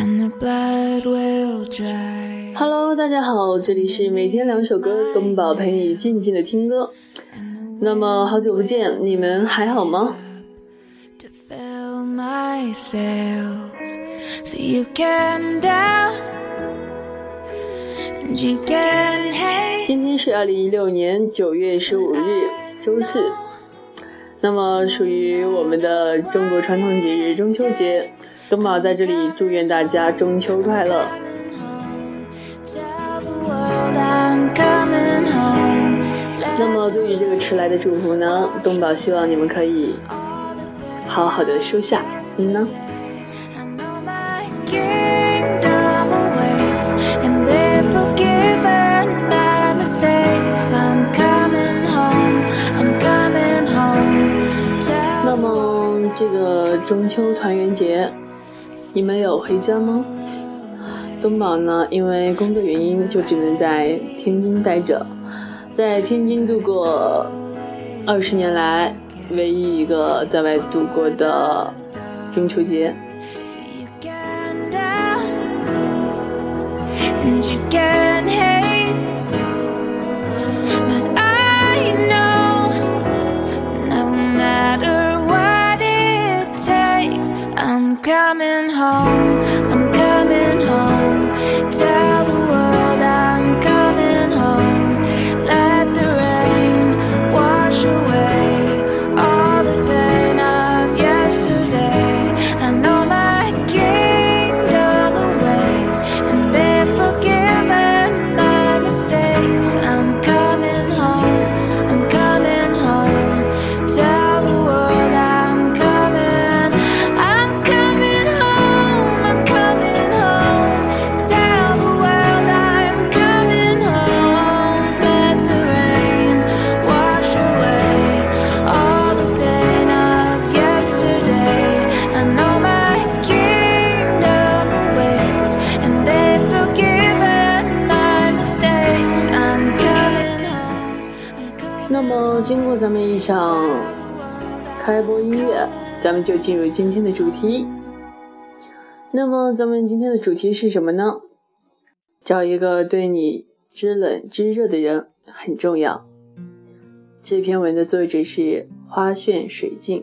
Hello， 大家好，这里是每天2首歌，东宝陪你静静的听歌。那么好久不见，你们还好吗？今天是2016年9月15日，周四。那么属于我们的中国传统节日中秋节，东宝在这里祝愿大家中秋快乐。那么对于这个迟来的祝福呢，东宝希望你们可以好好的收下。呢那么这个中秋团圆节你们有回家吗？东宝呢，因为工作原因就只能在天津待着，在天津度过20年来唯一一个在外度过的中秋节。 Coming home, I'm coming home. Tell the world I'm coming home. Let the rain wash away all the pain of yesterday. I know my kingdom awaits, and they've forgiven my mistakes. I'm coming home, I'm coming home. Tell the world I'm coming. 那么经过咱们一场开播音乐，咱们就进入今天的主题。那么咱们今天的主题是什么呢？找一个对你知冷知热的人很重要。这篇文的作者是花炫水镜。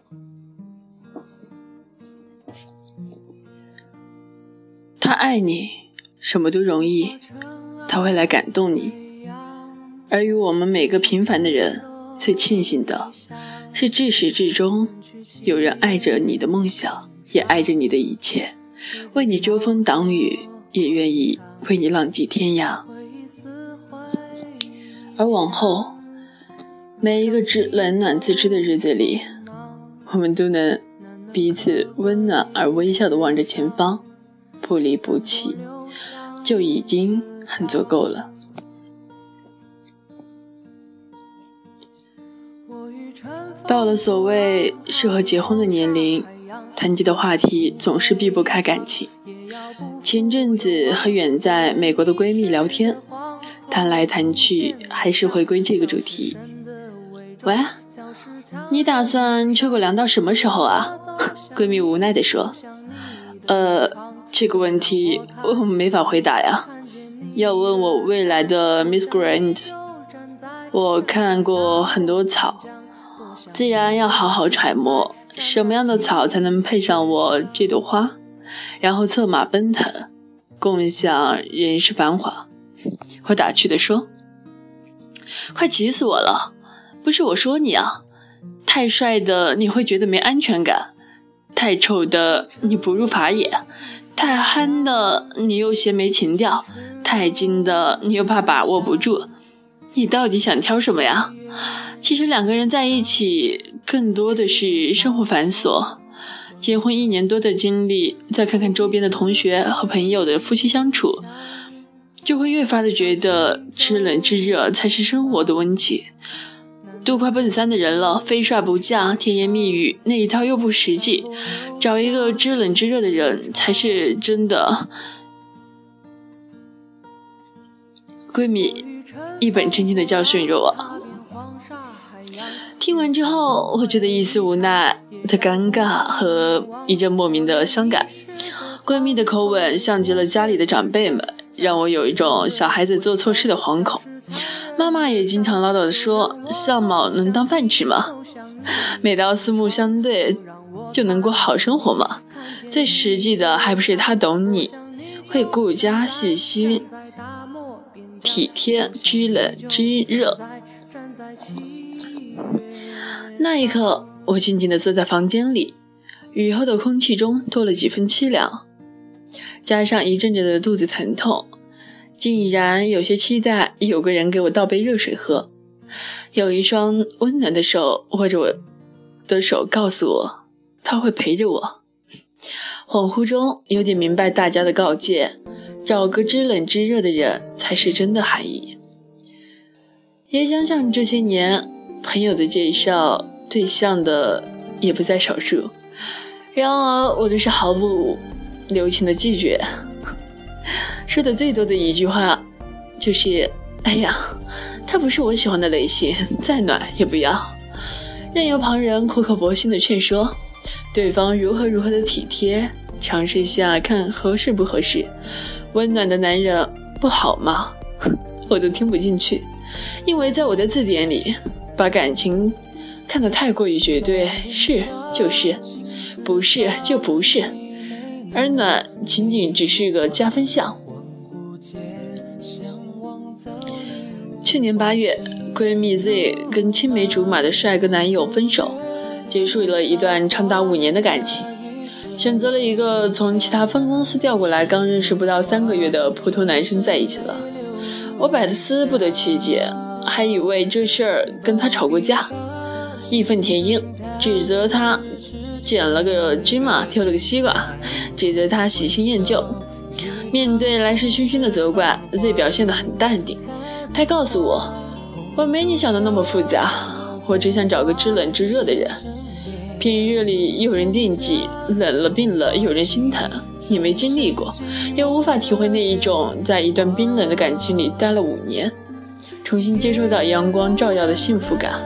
他爱你，什么都容易，他会来感动你。而与我们每个平凡的人最庆幸的是，至始至终有人爱着你的梦想，也爱着你的一切，为你遮风挡雨，也愿意为你浪迹天涯。而往后每一个冷暖自知的日子里，我们都能彼此温暖而微笑地望着前方，不离不弃，就已经很足够了。到了所谓适合结婚的年龄，谈及的话题总是避不开感情。前阵子和远在美国的闺蜜聊天，谈来谈去还是回归这个主题。喂，你打算出国2到什么时候啊？闺蜜无奈地说，这个问题我没法回答呀。要问我未来的 Miss Grand， 我看过很多草，自然要好好揣摩什么样的草才能配上我这朵花，然后策马奔腾，共享人世繁华。我打趣地说，快急死我了，不是我说你啊，太帅的你会觉得没安全感，太丑的你不入法眼，太憨的你又嫌没情调，太精的你又怕把握不住，你到底想挑什么呀？其实2个人在一起更多的是生活繁琐，结婚1年多的经历，再看看周边的同学和朋友的夫妻相处，就会越发的觉得知冷知热才是生活的温情。都快奔3的人了，非帅不嫁，甜言蜜语那一套又不实际，找一个知冷知热的人才是真的。闺蜜一本正经的教训着我。听完之后，我觉得一丝无奈的尴尬和一阵莫名的伤感。 闺蜜的口吻像极了家里的长辈们，让我有一种小孩子做错事的惶恐。妈妈也经常唠叨地说，相貌能当饭吃吗？每到四目相对就能过好生活吗？最实际的还不是他懂你，会顾家细心体贴，知冷知热。那一刻，我静静地坐在房间里，雨后的空气中多了几分凄凉，加上一阵阵的肚子疼痛，竟然有些期待有个人给我倒杯热水喝，有一双温暖的手握着我的手，告诉我他会陪着我。恍惚中有点明白大家的告诫，找个知冷知热的人才是真的含义。也想想这些年朋友的介绍对象的也不在少数，然而我都是毫不留情的拒绝。说的最多的一句话就是哎呀，他不是我喜欢的类型，再暖也不要。任由旁人苦口婆心的劝说对方如何的体贴，尝试一下看合适不合适，温暖的男人不好吗？我都听不进去，因为在我的字典里，把感情看得太过于绝对，是就是，不是就不是，而暖仅仅只是个加分项。去年8月，闺蜜 Z 跟青梅竹马的帅哥男友分手，结束了一段长达5年的感情，选择了一个从其他分公司调过来刚认识不到3个月的普通男生在一起了。我百思不得其解，还以为这事儿跟他吵过架，义愤填膺，指责他捡了个芝麻丢了个西瓜，指责他喜新厌旧。面对来势汹汹的责怪， Z 表现得很淡定。他告诉我，我没你想的那么复杂，我只想找个知冷知热的人。平日里有人惦记，冷了病了有人心疼，你没经历过，也无法体会那一种在一段冰冷的感情里待了5年，重新接受到阳光照耀的幸福感。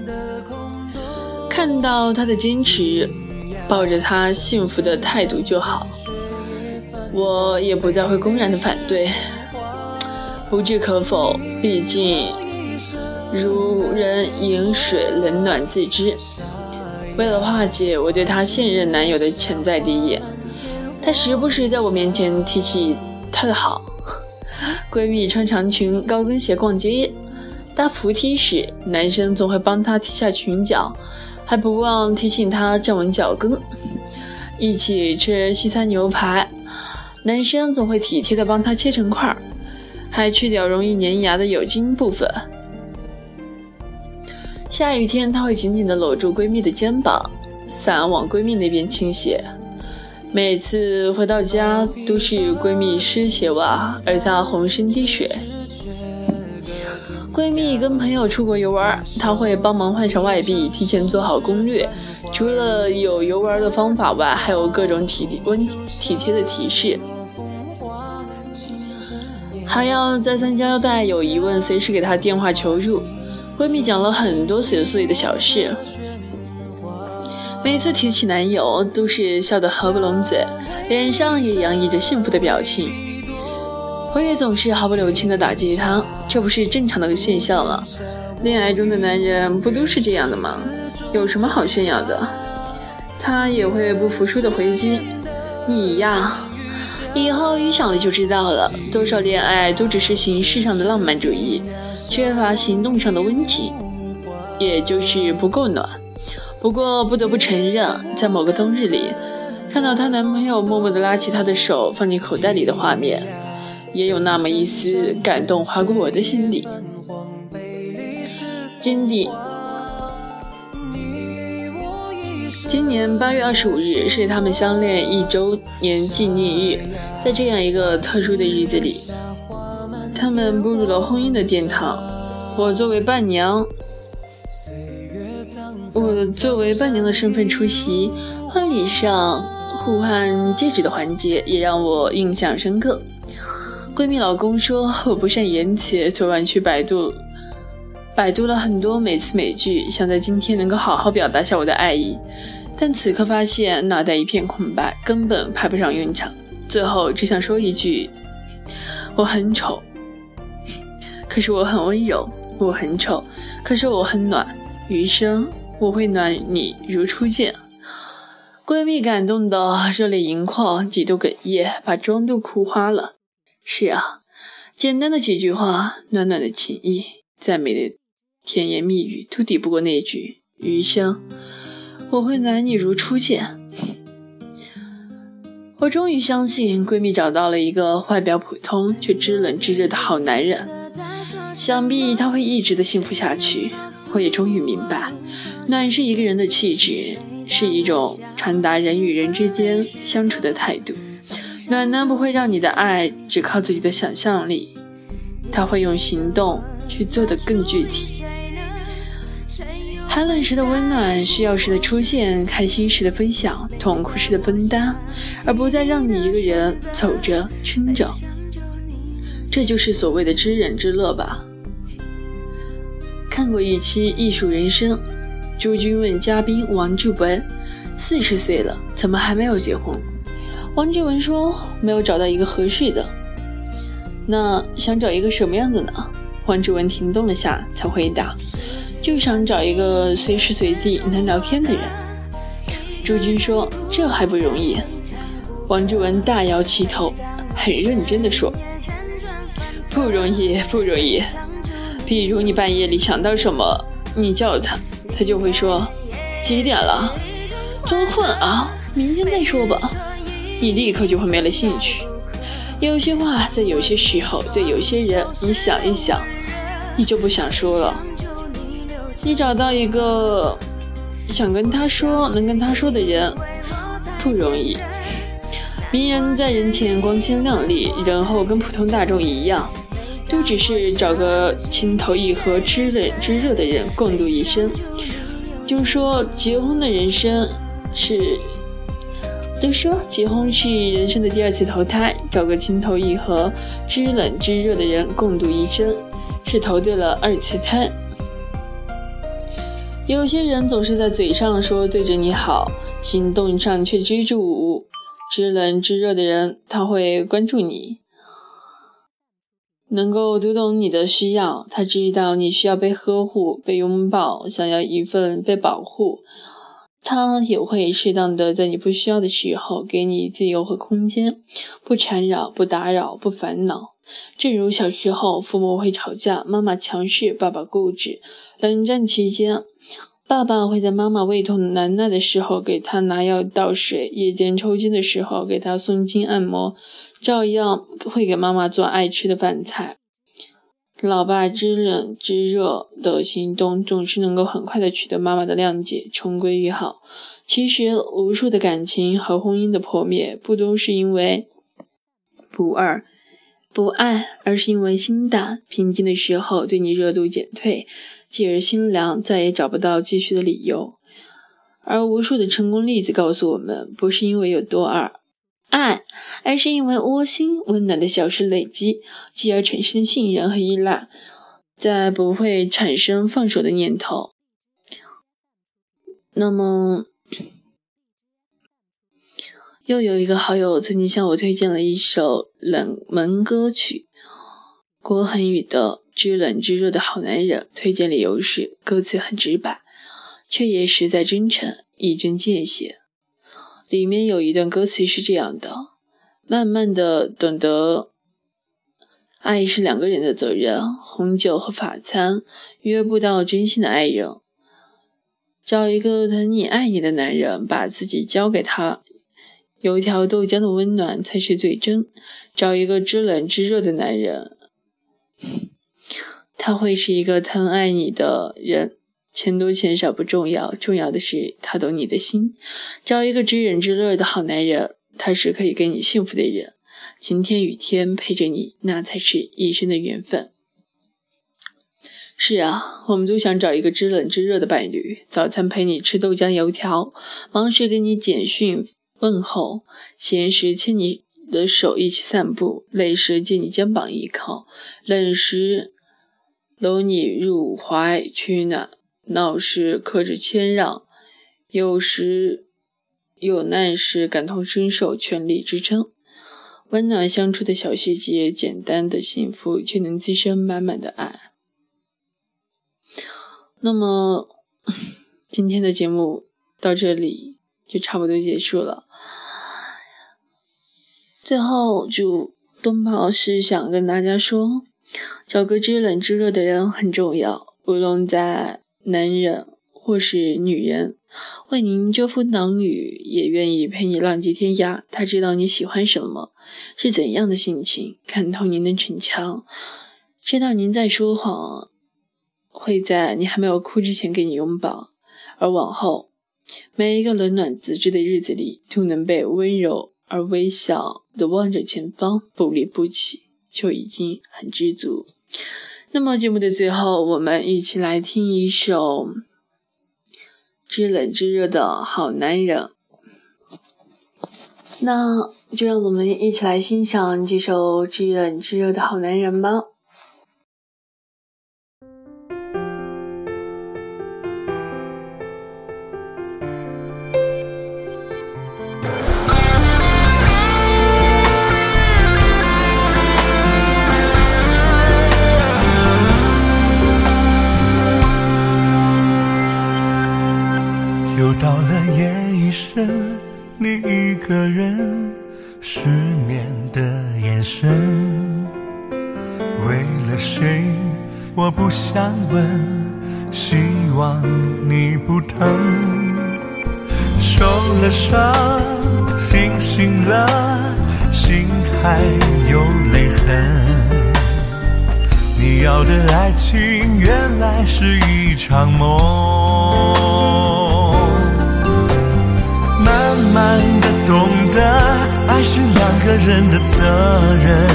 看到他的坚持，抱着他幸福的态度就好，我也不再会公然的反对。不置可否，毕竟如人饮水，冷暖自知。为了化解我对他现任男友的潜在敌意，他时不时在我面前提起他的好。闺蜜穿长裙高跟鞋逛街，搭扶梯时男生总会帮她踢下裙角，还不忘提醒她站稳脚跟。一起吃西餐牛排，男生总会体贴地帮她切成块，还去掉容易粘牙的有筋部分。下雨天他会紧紧地搂住闺蜜的肩膀，伞往闺蜜那边倾斜。每次回到家都是闺蜜湿鞋袜，而她红身滴水。闺蜜跟朋友出国游玩，她会帮忙换上外币，提前做好攻略。除了有游玩的方法外，还有各种体贴的提示，还要再三交代，有疑问随时给她电话求助。闺蜜讲了很多琐碎的小事，每次提起男友都是笑得合不拢嘴，脸上也洋溢着幸福的表情。我也总是毫不留情地打击他，这不是正常的现象吗？恋爱中的男人不都是这样的吗？有什么好炫耀的？他也会不服输地回击，你呀，以后遇上了就知道了，多少恋爱都只是形式上的浪漫主义，缺乏行动上的温情，也就是不够暖。不过不得不承认，在某个冬日里，看到她男朋友默默地拉起她的手放进口袋里的画面，也有那么一丝感动划过我的心底。今年8月25日是他们相恋1周年纪念日，在这样一个特殊的日子里，他们步入了婚姻的殿堂。我作为伴娘的身份出席婚礼上互换戒指的环节，也让我印象深刻。闺蜜老公说我不善言辞，昨晚去百度了很多美词美句，想在今天能够好好表达下我的爱意，但此刻发现脑袋一片空白，根本派不上用场。 最后只想说一句，我很丑，可是我很温柔，我很丑，可是我很暖，余生我会暖你如初见。闺蜜感动的热泪盈眶，几度哽咽，把妆都哭花了。是啊，简单的几句话，暖暖的情谊，再美的甜言蜜语都抵不过那句余生我会暖你如初见。我终于相信闺蜜找到了一个外表普通却知冷知热的好男人，想必他会一直的幸福下去。我也终于明白，暖是一个人的气质，是一种传达人与人之间相处的态度。暖男不会让你的爱只靠自己的想象力，他会用行动去做得更具体。寒冷时的温暖，需要时的出现，开心时的分享，痛苦时的分担，而不再让你一个人走着撑着。这就是所谓的知人知乐吧。看过一期艺术人生，朱军问嘉宾王志文，40岁了怎么还没有结婚？王志文说，没有找到一个合适的。那想找一个什么样的呢？王志文停顿了下才回答，就想找一个随时随地能聊天的人。朱军说，这还不容易。王志文大摇其头，很认真地说，不容易不容易。比如你半夜里想到什么，你叫他，他就会说几点了，装混啊，明天再说吧。你立刻就会没了兴趣。有些话在有些时候，对有些人你想一想，你就不想说了。你找到一个想跟他说能跟他说的人不容易。名人在人前光鲜亮丽，人后跟普通大众一样，都只是找个情投意合知冷知热的人共度一生。都说结婚是人生的第二次投胎，找个情投意合知冷知热的人共度一生，是投对了2次胎。有些人总是在嘴上说对着你好，行动上却支支吾吾。知冷知热的人，他会关注你，能够读懂你的需要，他知道你需要被呵护、被拥抱，想要一份被保护。他也会适当的在你不需要的时候给你自由和空间，不缠绕、不打扰、不烦恼。正如小时候父母会吵架，妈妈强势，爸爸固执。冷战期间，爸爸会在妈妈胃痛难耐的时候给她拿药倒水，夜间抽筋的时候给她松筋按摩，照样会给妈妈做爱吃的饭菜。老爸知冷知热的行动总是能够很快的取得妈妈的谅解，重归于好。其实无数的感情和婚姻的破灭，不都是因为不爱，而是因为心淡，平静的时候对你热度减退，继而心凉，再也找不到继续的理由。而无数的成功例子告诉我们，不是因为有多爱，而是因为窝心温暖的小事累积，继而产生信任和依赖，再不会产生放手的念头。那么又有一个好友曾经向我推荐了一首冷门歌曲，郭恒宇的《知冷知热的好男人》，推荐理由是歌词很直白，却也实在真诚，一针见血。里面有一段歌词是这样的，慢慢的懂得爱是2个人的责任，红酒和法餐约不到真心的爱人。找一个疼你爱你的男人，把自己交给他，油条豆浆的温暖才是最真。找一个知冷知热的男人，他会是一个疼爱你的人，钱多钱少不重要，重要的是他懂你的心。找一个知冷知热的好男人，他是可以给你幸福的人，晴天雨天陪着你，那才是一生的缘分。是啊，我们都想找一个知冷知热的伴侣，早餐陪你吃豆浆油条，忙时给你简讯问候，闲时牵你的手一起散步，累时借你肩膀依靠，冷时搂你入怀取暖，闹时克制谦让，有难时感同身受，全力支撑。 温暖相处的小细节，简单的幸福却能滋生满满的爱。那么今天的节目到这里就差不多结束了。最后东宝老师想跟大家说，找个知冷知热的人很重要，无论在男人或是女人，为您遮风挡雨，也愿意陪你浪迹天涯。他知道你喜欢什么，是怎样的心情，看透您的逞强，知道您在说谎，会在你还没有哭之前给你拥抱，而往后每一个冷暖自知的日子里，都能被温柔而微笑的望着前方，不离不弃，就已经很知足。那么节目的最后，我们一起来听一首知冷知热的好男人。那就让我们一起来欣赏这首知冷知热的好男人吧。 又到了夜已深，你一个人失眠的眼神，为了谁我不想问，希望你不疼。受了伤，清醒了，心还有泪痕。你要的爱情原来是一场梦，慢慢的懂得，爱是两个人的责任。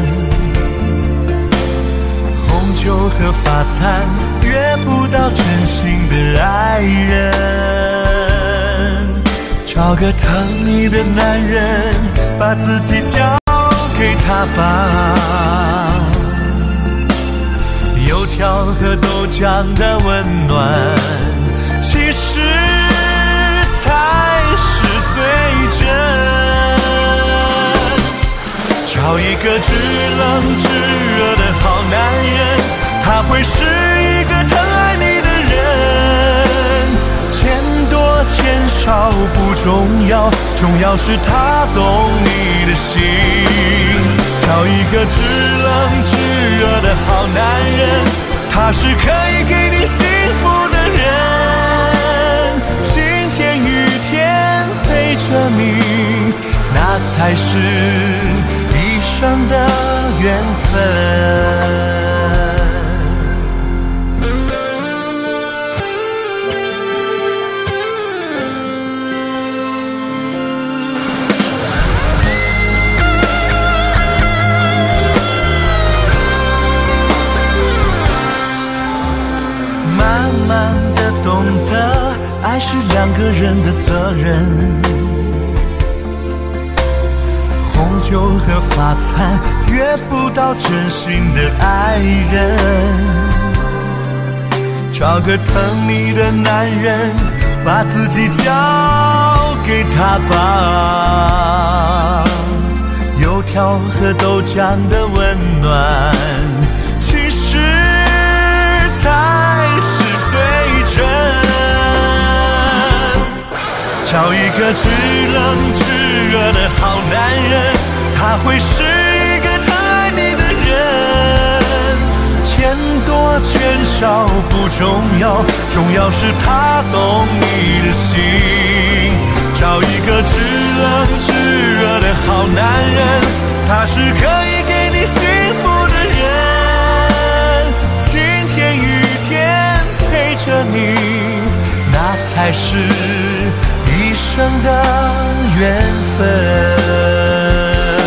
红酒和发餐约不到真心的爱人，找个疼你的男人，把自己交给他吧。油条和豆浆的温暖，其实才是最真。找一个知冷知热的好男人，他会是一个疼爱你的人。钱多钱少不重要，重要是他懂你的心。找一个知冷知热的好男人，他是可以给你幸福的人。晴天雨天陪着你，那才是一生的缘分。慢慢的懂得，爱是两个人的责任。红酒和发餐约不到真心的爱人，找个疼你的男人，把自己交给他吧。油条和豆浆的温暖，其实才是最真。找一个知冷知热的好男人，他会是一个疼爱你的人。钱多钱少不重要，重要是他懂你的心。找一个知冷知热的好男人，他是可以给你幸福的人。晴天雨天陪着你，那才是一生的缘分。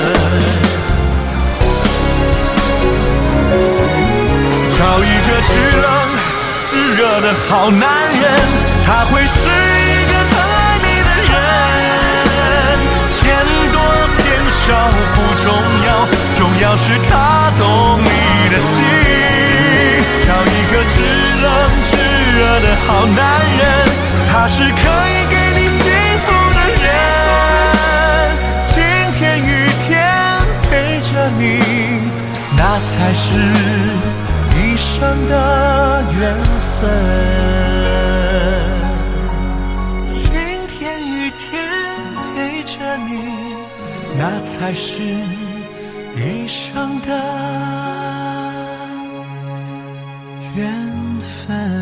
找一个知冷知热的好男人，他会是一个疼爱你的人。钱多钱少不重要，重要是他懂你的心。找一个知冷知热的好男人，他是可以给你幸福的人。晴天雨天你，那才是一生的缘分。晴天雨天陪着你，那才是一生的缘分。